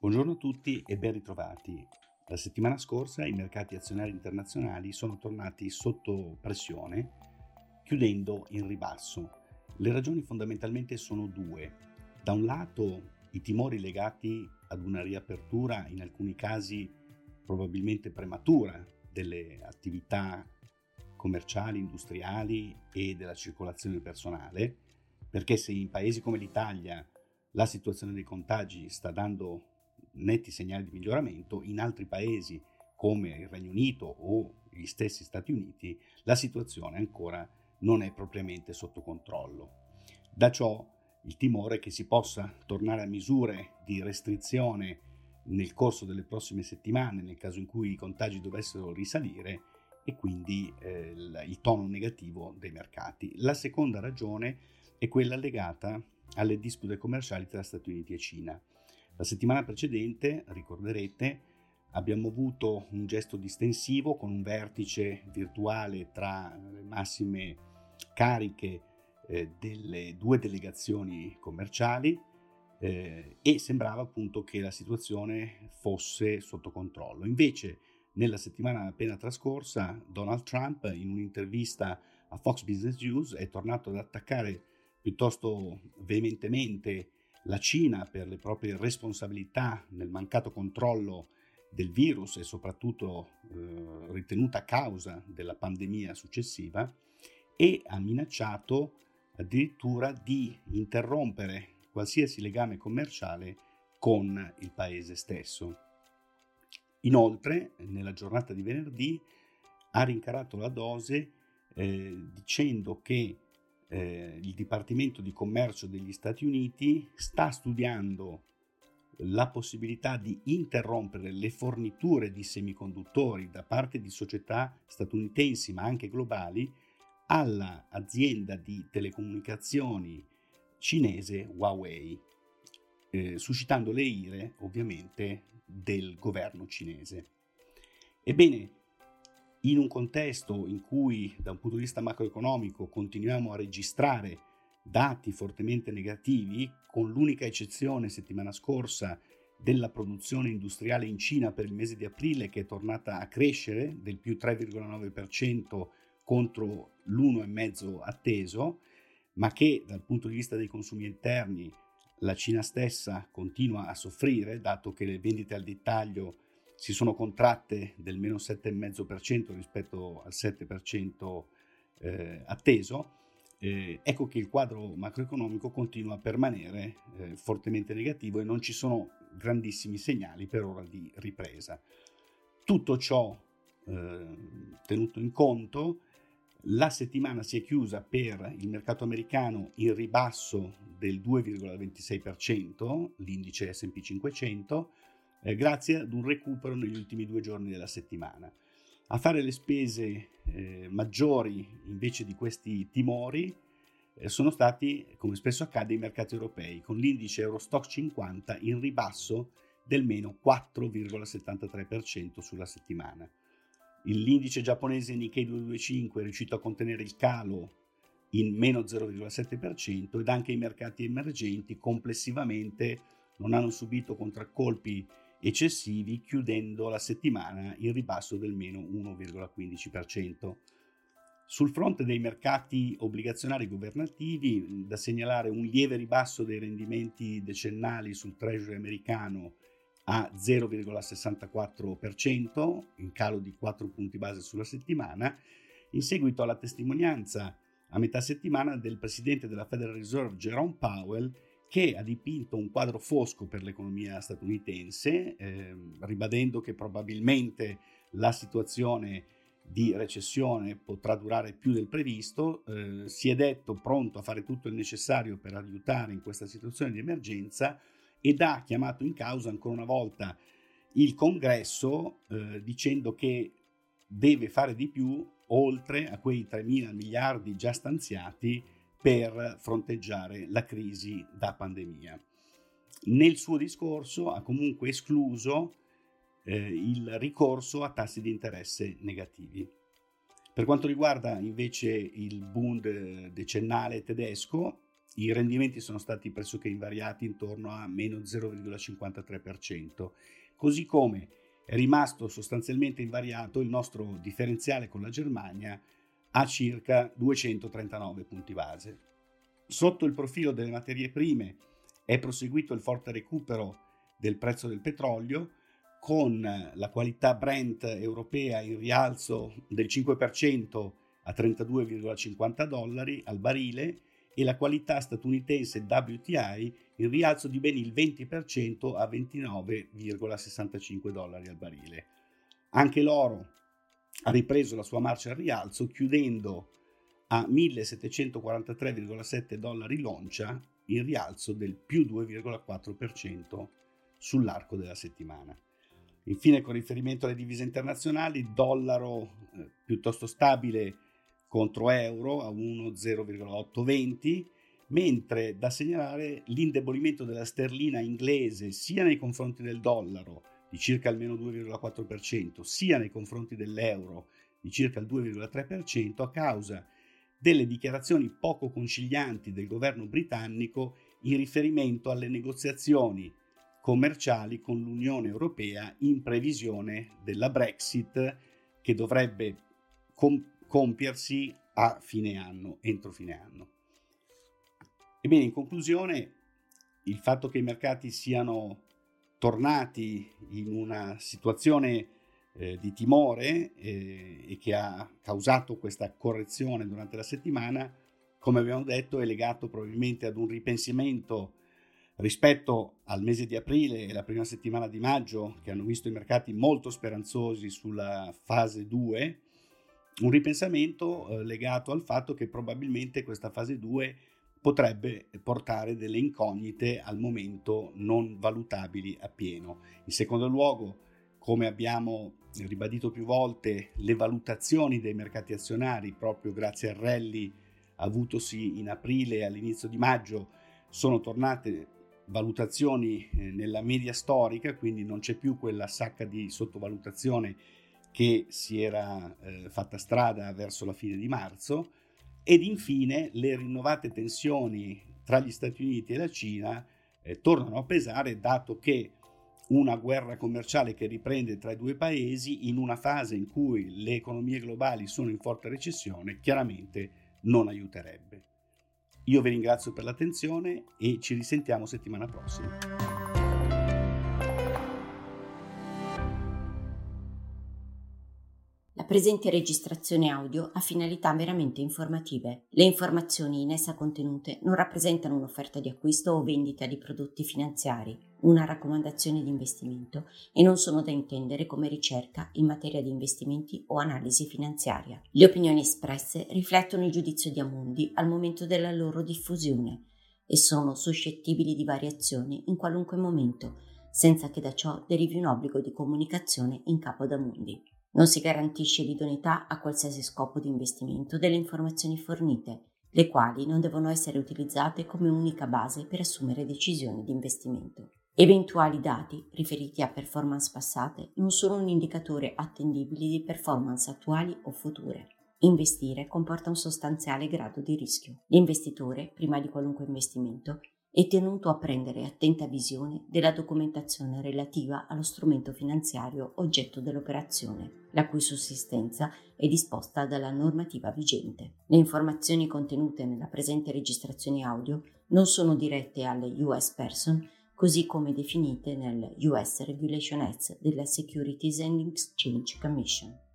Buongiorno a tutti e ben ritrovati. La settimana scorsa i mercati azionari internazionali sono tornati sotto pressione, chiudendo in ribasso. Le ragioni fondamentalmente sono due. Da un lato i timori legati ad una riapertura, in alcuni casi probabilmente prematura, delle attività commerciali, industriali e della circolazione personale, perché se in paesi come l'Italia la situazione dei contagi sta dando netti segnali di miglioramento, in altri paesi come il Regno Unito o gli stessi Stati Uniti la situazione ancora non è propriamente sotto controllo. Da ciò il timore che si possa tornare a misure di restrizione nel corso delle prossime settimane, nel caso in cui i contagi dovessero risalire, e quindi il tono negativo dei mercati. La seconda ragione è quella legata alle dispute commerciali tra Stati Uniti e Cina. La settimana precedente, ricorderete, abbiamo avuto un gesto distensivo con un vertice virtuale tra le massime cariche delle due delegazioni commerciali e sembrava appunto che la situazione fosse sotto controllo. Invece, nella settimana appena trascorsa, Donald Trump, in un'intervista a Fox Business News, è tornato ad attaccare piuttosto veementemente la Cina per le proprie responsabilità nel mancato controllo del virus e soprattutto ritenuta causa della pandemia successiva, e ha minacciato addirittura di interrompere qualsiasi legame commerciale con il paese stesso. Inoltre, nella giornata di venerdì ha rincarato la dose dicendo che il Dipartimento di Commercio degli Stati Uniti sta studiando la possibilità di interrompere le forniture di semiconduttori da parte di società statunitensi ma anche globali all'azienda di telecomunicazioni cinese Huawei, suscitando le ire ovviamente del governo cinese. Ebbene, in un contesto in cui da un punto di vista macroeconomico continuiamo a registrare dati fortemente negativi, con l'unica eccezione settimana scorsa della produzione industriale in Cina per il mese di aprile, che è tornata a crescere del più 3,9% contro l'1,5% atteso, ma che dal punto di vista dei consumi interni la Cina stessa continua a soffrire, dato che le vendite al dettaglio si sono contratte del meno 7,5% rispetto al 7% atteso. Ecco che il quadro macroeconomico continua a permanere fortemente negativo e non ci sono grandissimi segnali per ora di ripresa. Tutto ciò tenuto in conto, la settimana si è chiusa per il mercato americano in ribasso del 2,26%, l'indice S&P 500, grazie ad un recupero negli ultimi 2 giorni della settimana. A fare le spese maggiori invece di questi timori sono stati, come spesso accade, i mercati europei, con l'indice Eurostoxx 50 in ribasso del meno 4,73% sulla settimana. L'indice giapponese Nikkei 225 è riuscito a contenere il calo in meno 0,7% ed anche i mercati emergenti complessivamente non hanno subito contraccolpi eccessivi, chiudendo la settimana in ribasso del meno 1,15%. Sul fronte dei mercati obbligazionari governativi, da segnalare un lieve ribasso dei rendimenti decennali sul Treasury americano a 0,64%, in calo di 4 punti base sulla settimana, in seguito alla testimonianza a metà settimana del presidente della Federal Reserve Jerome Powell, che ha dipinto un quadro fosco per l'economia statunitense, ribadendo che probabilmente la situazione di recessione potrà durare più del previsto. Si è detto pronto a fare tutto il necessario per aiutare in questa situazione di emergenza ed ha chiamato in causa ancora una volta il Congresso, dicendo che deve fare di più oltre a quei 3.000 miliardi già stanziati per fronteggiare la crisi da pandemia. Nel suo discorso ha comunque escluso il ricorso a tassi di interesse negativi. Per quanto riguarda invece il Bund decennale tedesco, i rendimenti sono stati pressoché invariati intorno a meno 0,53%, così come è rimasto sostanzialmente invariato il nostro differenziale con la Germania a circa 239 punti base. Sotto il profilo delle materie prime è proseguito il forte recupero del prezzo del petrolio, con la qualità Brent europea in rialzo del 5% a $32,50 al barile e la qualità statunitense WTI in rialzo di ben il 20% a $29,65 al barile. Anche l'oro ha ripreso la sua marcia al rialzo, chiudendo a $1.743,7 l'oncia, in rialzo del più 2,4% sull'arco della settimana. Infine, con riferimento alle divise internazionali, dollaro piuttosto stabile contro euro a 1,0820, mentre da segnalare l'indebolimento della sterlina inglese sia nei confronti del dollaro di circa il meno 2,4%, sia nei confronti dell'euro di circa il 2,3% a causa delle dichiarazioni poco concilianti del governo britannico in riferimento alle negoziazioni commerciali con l'Unione Europea in previsione della Brexit, che dovrebbe compiersi a fine anno, entro fine anno. Ebbene, in conclusione, il fatto che i mercati siano tornati in una situazione di timore e che ha causato questa correzione durante la settimana, come abbiamo detto, è legato probabilmente ad un ripensamento rispetto al mese di aprile e la prima settimana di maggio, che hanno visto i mercati molto speranzosi sulla fase 2, un ripensamento legato al fatto che probabilmente questa fase 2 potrebbe portare delle incognite al momento non valutabili appieno. In secondo luogo, come abbiamo ribadito più volte, le valutazioni dei mercati azionari, proprio grazie al rally avutosi in aprile e all'inizio di maggio, sono tornate valutazioni nella media storica, quindi non c'è più quella sacca di sottovalutazione che si era fatta strada verso la fine di marzo. Ed infine le rinnovate tensioni tra gli Stati Uniti e la Cina tornano a pesare, dato che una guerra commerciale che riprende tra i due paesi in una fase in cui le economie globali sono in forte recessione chiaramente non aiuterebbe. Io vi ringrazio per l'attenzione e ci risentiamo settimana prossima. La presente registrazione audio ha finalità meramente informative. Le informazioni in essa contenute non rappresentano un'offerta di acquisto o vendita di prodotti finanziari, una raccomandazione di investimento e non sono da intendere come ricerca in materia di investimenti o analisi finanziaria. Le opinioni espresse riflettono il giudizio di Amundi al momento della loro diffusione e sono suscettibili di variazioni in qualunque momento, senza che da ciò derivi un obbligo di comunicazione in capo ad Amundi. Non si garantisce l'idoneità a qualsiasi scopo di investimento delle informazioni fornite, le quali non devono essere utilizzate come unica base per assumere decisioni di investimento. Eventuali dati riferiti a performance passate non sono un indicatore attendibile di performance attuali o future. Investire comporta un sostanziale grado di rischio. L'investitore, prima di qualunque investimento, è tenuto a prendere attenta visione della documentazione relativa allo strumento finanziario oggetto dell'operazione, la cui sussistenza è disposta dalla normativa vigente. Le informazioni contenute nella presente registrazione audio non sono dirette alle US Person, così come definite nel US Regulation Act della Securities and Exchange Commission.